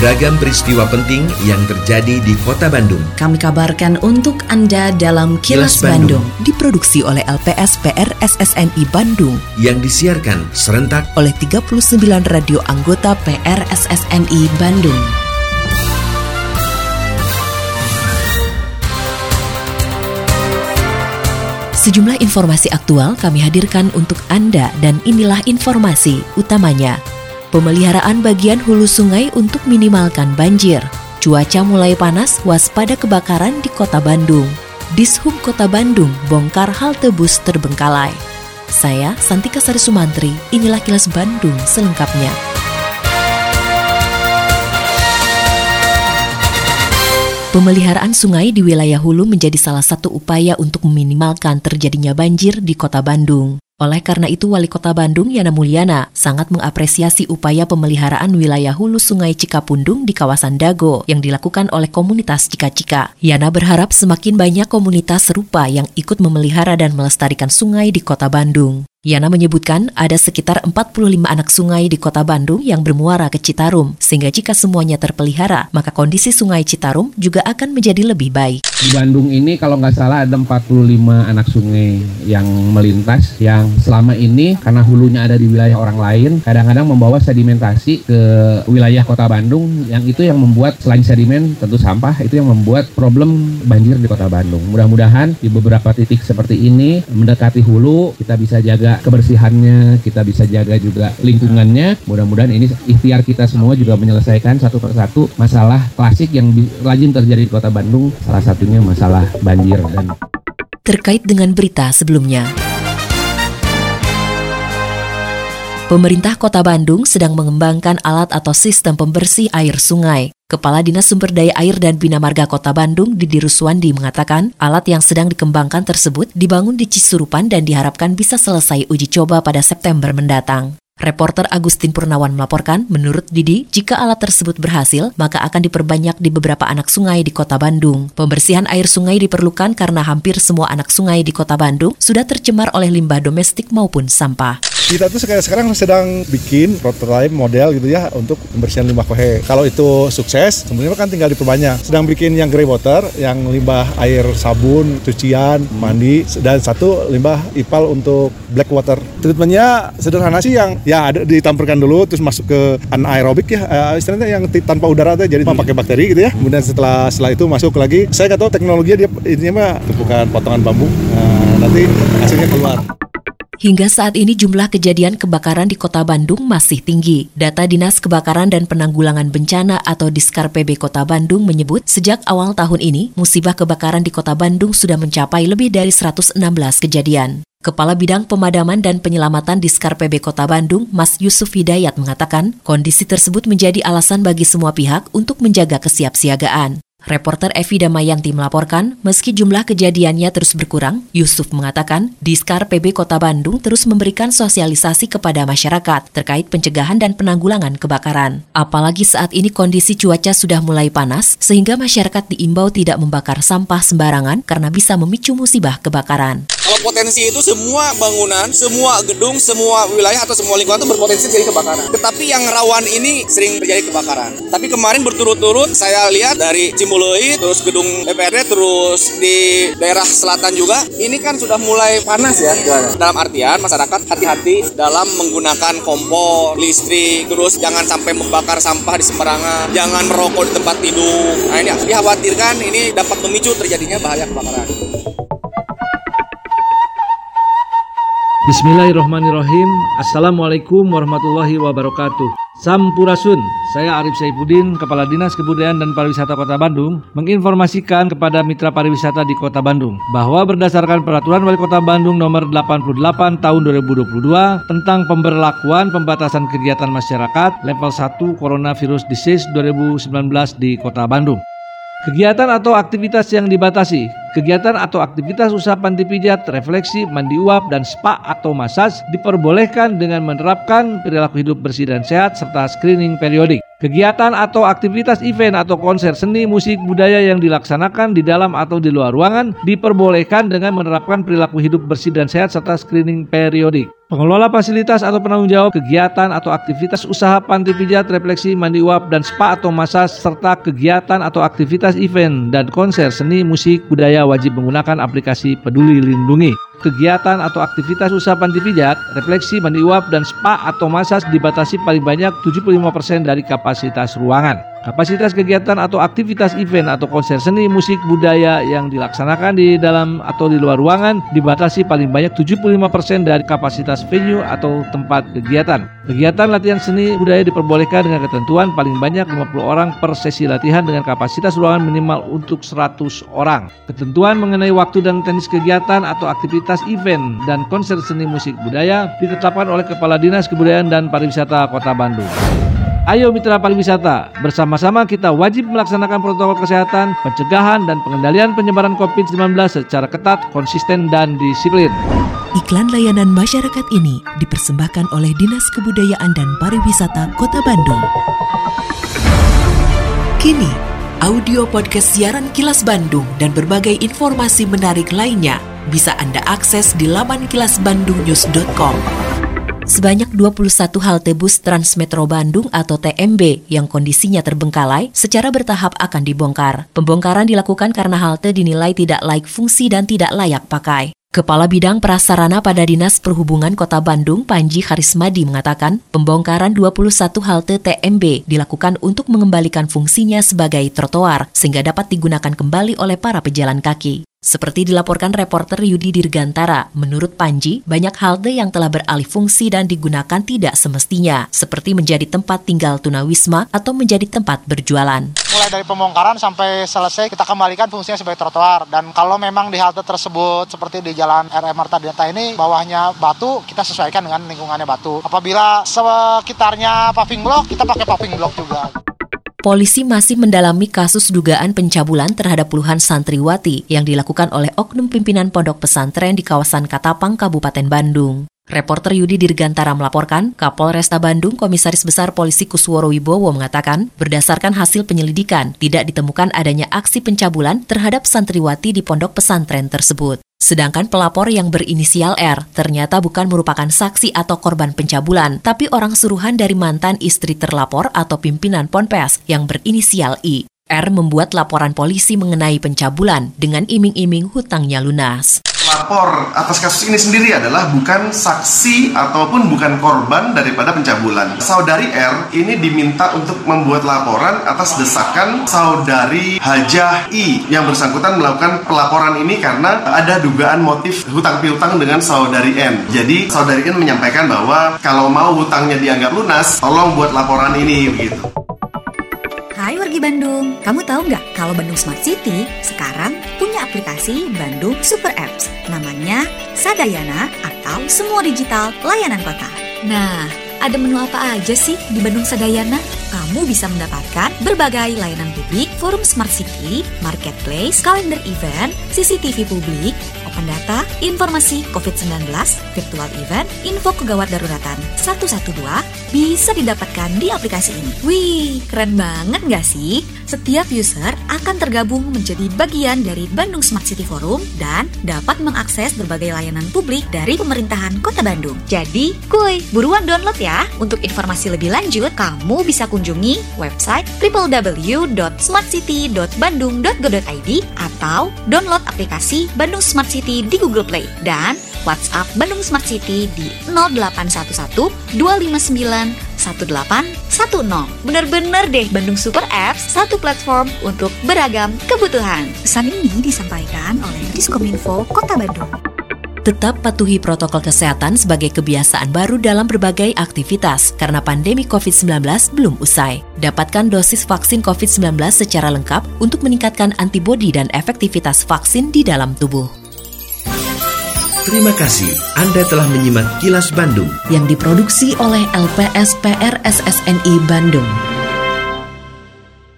Beragam peristiwa penting yang terjadi di Kota Bandung kami kabarkan untuk Anda dalam Kilas Bandung. Diproduksi oleh LPS PR SSNI Bandung yang disiarkan serentak oleh 39 radio anggota PR SSNI Bandung. Sejumlah informasi aktual kami hadirkan untuk Anda dan inilah informasi utamanya. Pemeliharaan bagian hulu sungai untuk minimalkan banjir. Cuaca mulai panas, waspada kebakaran di Kota Bandung. Dishub Kota Bandung bongkar halte bus terbengkalai. Saya Santika Sari Sumantri, inilah Kilas Bandung selengkapnya. Pemeliharaan sungai di wilayah hulu menjadi salah satu upaya untuk meminimalkan terjadinya banjir di Kota Bandung. Oleh karena itu, Wali Kota Bandung Yana Mulyana sangat mengapresiasi upaya pemeliharaan wilayah hulu Sungai Cikapundung di kawasan Dago yang dilakukan oleh komunitas Cika-Cika. Yana berharap semakin banyak komunitas serupa yang ikut memelihara dan melestarikan sungai di Kota Bandung. Yana menyebutkan ada sekitar 45 anak sungai di Kota Bandung yang bermuara ke Citarum, sehingga jika semuanya terpelihara, maka kondisi sungai Citarum juga akan menjadi lebih baik. Di Bandung ini kalau nggak salah ada 45 anak sungai yang melintas, yang selama ini karena hulunya ada di wilayah orang lain, kadang-kadang membawa sedimentasi ke wilayah Kota Bandung, yang itu yang membuat selain sedimen, tentu sampah, itu yang membuat problem banjir di Kota Bandung. Mudah-mudahan di beberapa titik seperti ini, mendekati hulu, kita bisa jaga kebersihannya, kita bisa jaga juga lingkungannya. Mudah-mudahan ini ikhtiar kita semua juga menyelesaikan satu persatu masalah klasik yang lazim terjadi di Kota Bandung, salah satunya masalah banjir. Dan terkait dengan berita sebelumnya, pemerintah Kota Bandung sedang mengembangkan alat atau sistem pembersih air sungai. Kepala Dinas Sumber Daya Air dan Bina Marga Kota Bandung, Didi Ruswandi, mengatakan alat yang sedang dikembangkan tersebut dibangun di Cisurupan dan diharapkan bisa selesai uji coba pada September mendatang. Reporter Agustin Purnawan melaporkan, menurut Didi, jika alat tersebut berhasil, maka akan diperbanyak di beberapa anak sungai di Kota Bandung. Pembersihan air sungai diperlukan karena hampir semua anak sungai di Kota Bandung sudah tercemar oleh limbah domestik maupun sampah. Kita tuh sekarang sedang bikin prototipe model gitu ya untuk pembersihan limbah kohe. Kalau itu sukses, sebenarnya kan tinggal diperbanyak. Sedang bikin yang grey water, yang limbah air sabun, cucian, mandi, dan satu limbah ipal untuk black water. Treatmentnya sederhana sih, yang ya ada ditampurkan dulu terus masuk ke anaerobik ya, istilahnya yang tanpa udara tuh, jadi pakai bakteri gitu ya. Kemudian setelah itu masuk lagi, saya nggak tahu teknologinya, dia ini mah tumpukan potongan bambu. Nanti hasilnya keluar. Hingga saat ini jumlah kejadian kebakaran di Kota Bandung masih tinggi. Data Dinas Kebakaran dan Penanggulangan Bencana atau Diskar PB Kota Bandung menyebut sejak awal tahun ini, musibah kebakaran di Kota Bandung sudah mencapai lebih dari 116 kejadian. Kepala Bidang Pemadaman dan Penyelamatan Diskar PB Kota Bandung, Mas Yusuf Hidayat, mengatakan kondisi tersebut menjadi alasan bagi semua pihak untuk menjaga kesiapsiagaan. Reporter Evi Damayanti melaporkan, meski jumlah kejadiannya terus berkurang, Yusuf mengatakan Diskar PB Kota Bandung terus memberikan sosialisasi kepada masyarakat terkait pencegahan dan penanggulangan kebakaran. Apalagi saat ini kondisi cuaca sudah mulai panas, sehingga masyarakat diimbau tidak membakar sampah sembarangan karena bisa memicu musibah kebakaran. Kalau potensi itu semua bangunan, semua gedung, semua wilayah atau semua lingkungan itu berpotensi terjadi kebakaran. Tetapi yang rawan ini sering terjadi kebakaran. Tapi kemarin berturut-turut saya lihat dari Cimbuluit, terus gedung DPRD, terus di daerah selatan juga, ini kan sudah mulai panas ya. Dalam artian masyarakat hati-hati dalam menggunakan kompor, listrik, terus jangan sampai membakar sampah di sembarangan, jangan merokok di tempat tidur. Nah ini dikhawatirkan ini dapat memicu terjadinya bahaya kebakaran. Bismillahirrahmanirrahim. Assalamualaikum warahmatullahi wabarakatuh. Sampurasun, saya Arif Saifuddin, Kepala Dinas Kebudayaan dan Pariwisata Kota Bandung, menginformasikan kepada mitra pariwisata di Kota Bandung bahwa berdasarkan Peraturan Wali Kota Bandung Nomor 88 Tahun 2022 tentang pemberlakuan pembatasan kegiatan masyarakat level 1 Coronavirus Disease 2019 di Kota Bandung. Kegiatan atau aktivitas yang dibatasi. Kegiatan atau aktivitas usaha panti pijat, refleksi, mandi uap, dan spa atau massage diperbolehkan dengan menerapkan perilaku hidup bersih dan sehat serta screening periodik. Kegiatan atau aktivitas event atau konser seni, musik, budaya yang dilaksanakan di dalam atau di luar ruangan diperbolehkan dengan menerapkan perilaku hidup bersih dan sehat serta screening periodik. Pengelola fasilitas atau penanggung jawab kegiatan atau aktivitas usaha panti pijat, refleksi, mandi uap, dan spa atau massage, serta kegiatan atau aktivitas event dan konser seni, musik, budaya wajib menggunakan aplikasi Peduli Lindungi. Kegiatan atau aktivitas usaha panti pijat, refleksi, mandi uap, dan spa atau massage dibatasi paling banyak 75% dari kapasitas ruangan. Kapasitas kegiatan atau aktivitas event atau konser seni, musik, budaya yang dilaksanakan di dalam atau di luar ruangan dibatasi paling banyak 75% dari kapasitas venue atau tempat kegiatan. Kegiatan latihan seni budaya diperbolehkan dengan ketentuan paling banyak 50 orang per sesi latihan dengan kapasitas ruangan minimal untuk 100 orang. Ketentuan mengenai waktu dan teknis kegiatan atau aktivitas event dan konser seni musik budaya ditetapkan oleh Kepala Dinas Kebudayaan dan Pariwisata Kota Bandung. Ayo mitra pariwisata, bersama-sama kita wajib melaksanakan protokol kesehatan, pencegahan dan pengendalian penyebaran COVID-19 secara ketat, konsisten dan disiplin. Iklan layanan masyarakat ini dipersembahkan oleh Dinas Kebudayaan dan Pariwisata Kota Bandung. Kini, audio podcast siaran Kilas Bandung dan berbagai informasi menarik lainnya bisa Anda akses di laman kilasbandungnews.com. Sebanyak 21 halte bus Transmetro Bandung atau TMB yang kondisinya terbengkalai secara bertahap akan dibongkar. Pembongkaran dilakukan karena halte dinilai tidak layak fungsi dan tidak layak pakai. Kepala Bidang Prasarana pada Dinas Perhubungan Kota Bandung, Panji Harismadi mengatakan, pembongkaran 21 halte TMB dilakukan untuk mengembalikan fungsinya sebagai trotoar sehingga dapat digunakan kembali oleh para pejalan kaki. Seperti dilaporkan reporter Yudi Dirgantara, menurut Panji, banyak halte yang telah beralih fungsi dan digunakan tidak semestinya, seperti menjadi tempat tinggal tunawisma atau menjadi tempat berjualan. Mulai dari pembongkaran sampai selesai kita kembalikan fungsinya sebagai trotoar, dan kalau memang di halte tersebut seperti di Jalan RM Marta Dinata ini bawahnya batu, kita sesuaikan dengan lingkungannya batu. Apabila sekitarnya paving block, kita pakai paving block juga. Polisi masih mendalami kasus dugaan pencabulan terhadap puluhan santriwati yang dilakukan oleh oknum pimpinan pondok pesantren di kawasan Katapang, Kabupaten Bandung. Reporter Yudi Dirgantara melaporkan, Kapolresta Bandung Komisaris Besar Polisi Kusworo Wibowo mengatakan, berdasarkan hasil penyelidikan, tidak ditemukan adanya aksi pencabulan terhadap santriwati di pondok pesantren tersebut. Sedangkan pelapor yang berinisial R ternyata bukan merupakan saksi atau korban pencabulan, tapi orang suruhan dari mantan istri terlapor atau pimpinan Ponpes yang berinisial I. R membuat laporan polisi mengenai pencabulan dengan iming-iming hutangnya lunas. Pelapor atas kasus ini sendiri adalah bukan saksi ataupun bukan korban daripada pencabulan. Saudari R ini diminta untuk membuat laporan atas desakan saudari Hajah I yang bersangkutan melakukan pelaporan ini karena ada dugaan motif hutang piutang dengan saudari N. Jadi saudari N menyampaikan bahwa kalau mau hutangnya dianggap lunas, tolong buat laporan ini begitu. Hai wargi Bandung, kamu tahu nggak kalau Bandung Smart City sekarang punya aplikasi Bandung Super Apps, namanya Sadayana atau Semua Digital Layanan Kota. Nah, ada menu apa aja sih di Bandung Sadayana? Kamu bisa mendapatkan berbagai layanan publik, forum Smart City, marketplace, kalender event, CCTV publik, open data, informasi COVID-19, virtual event, info kegawat daruratan 112 bisa didapatkan di aplikasi ini. Wih, keren banget gak sih? Setiap user akan tergabung menjadi bagian dari Bandung Smart City Forum dan dapat mengakses berbagai layanan publik dari pemerintahan Kota Bandung. Jadi, kuy, buruan download ya. Untuk informasi lebih lanjut, kamu bisa kunjungi website www.smartcity.bandung.go.id atau download aplikasi Bandung Smart City di Google Play dan WhatsApp Bandung Smart City di 0811 259 1810. Bener-bener deh Bandung Super Apps, satu platform untuk beragam kebutuhan. Pesan ini disampaikan oleh Diskominfo Kota Bandung. Tetap patuhi protokol kesehatan sebagai kebiasaan baru dalam berbagai aktivitas karena pandemi COVID-19 belum usai. Dapatkan dosis vaksin COVID-19 secara lengkap untuk meningkatkan antibodi dan efektivitas vaksin di dalam tubuh. Terima kasih Anda telah menyimak Kilas Bandung yang diproduksi oleh LPSPR SSNI Bandung.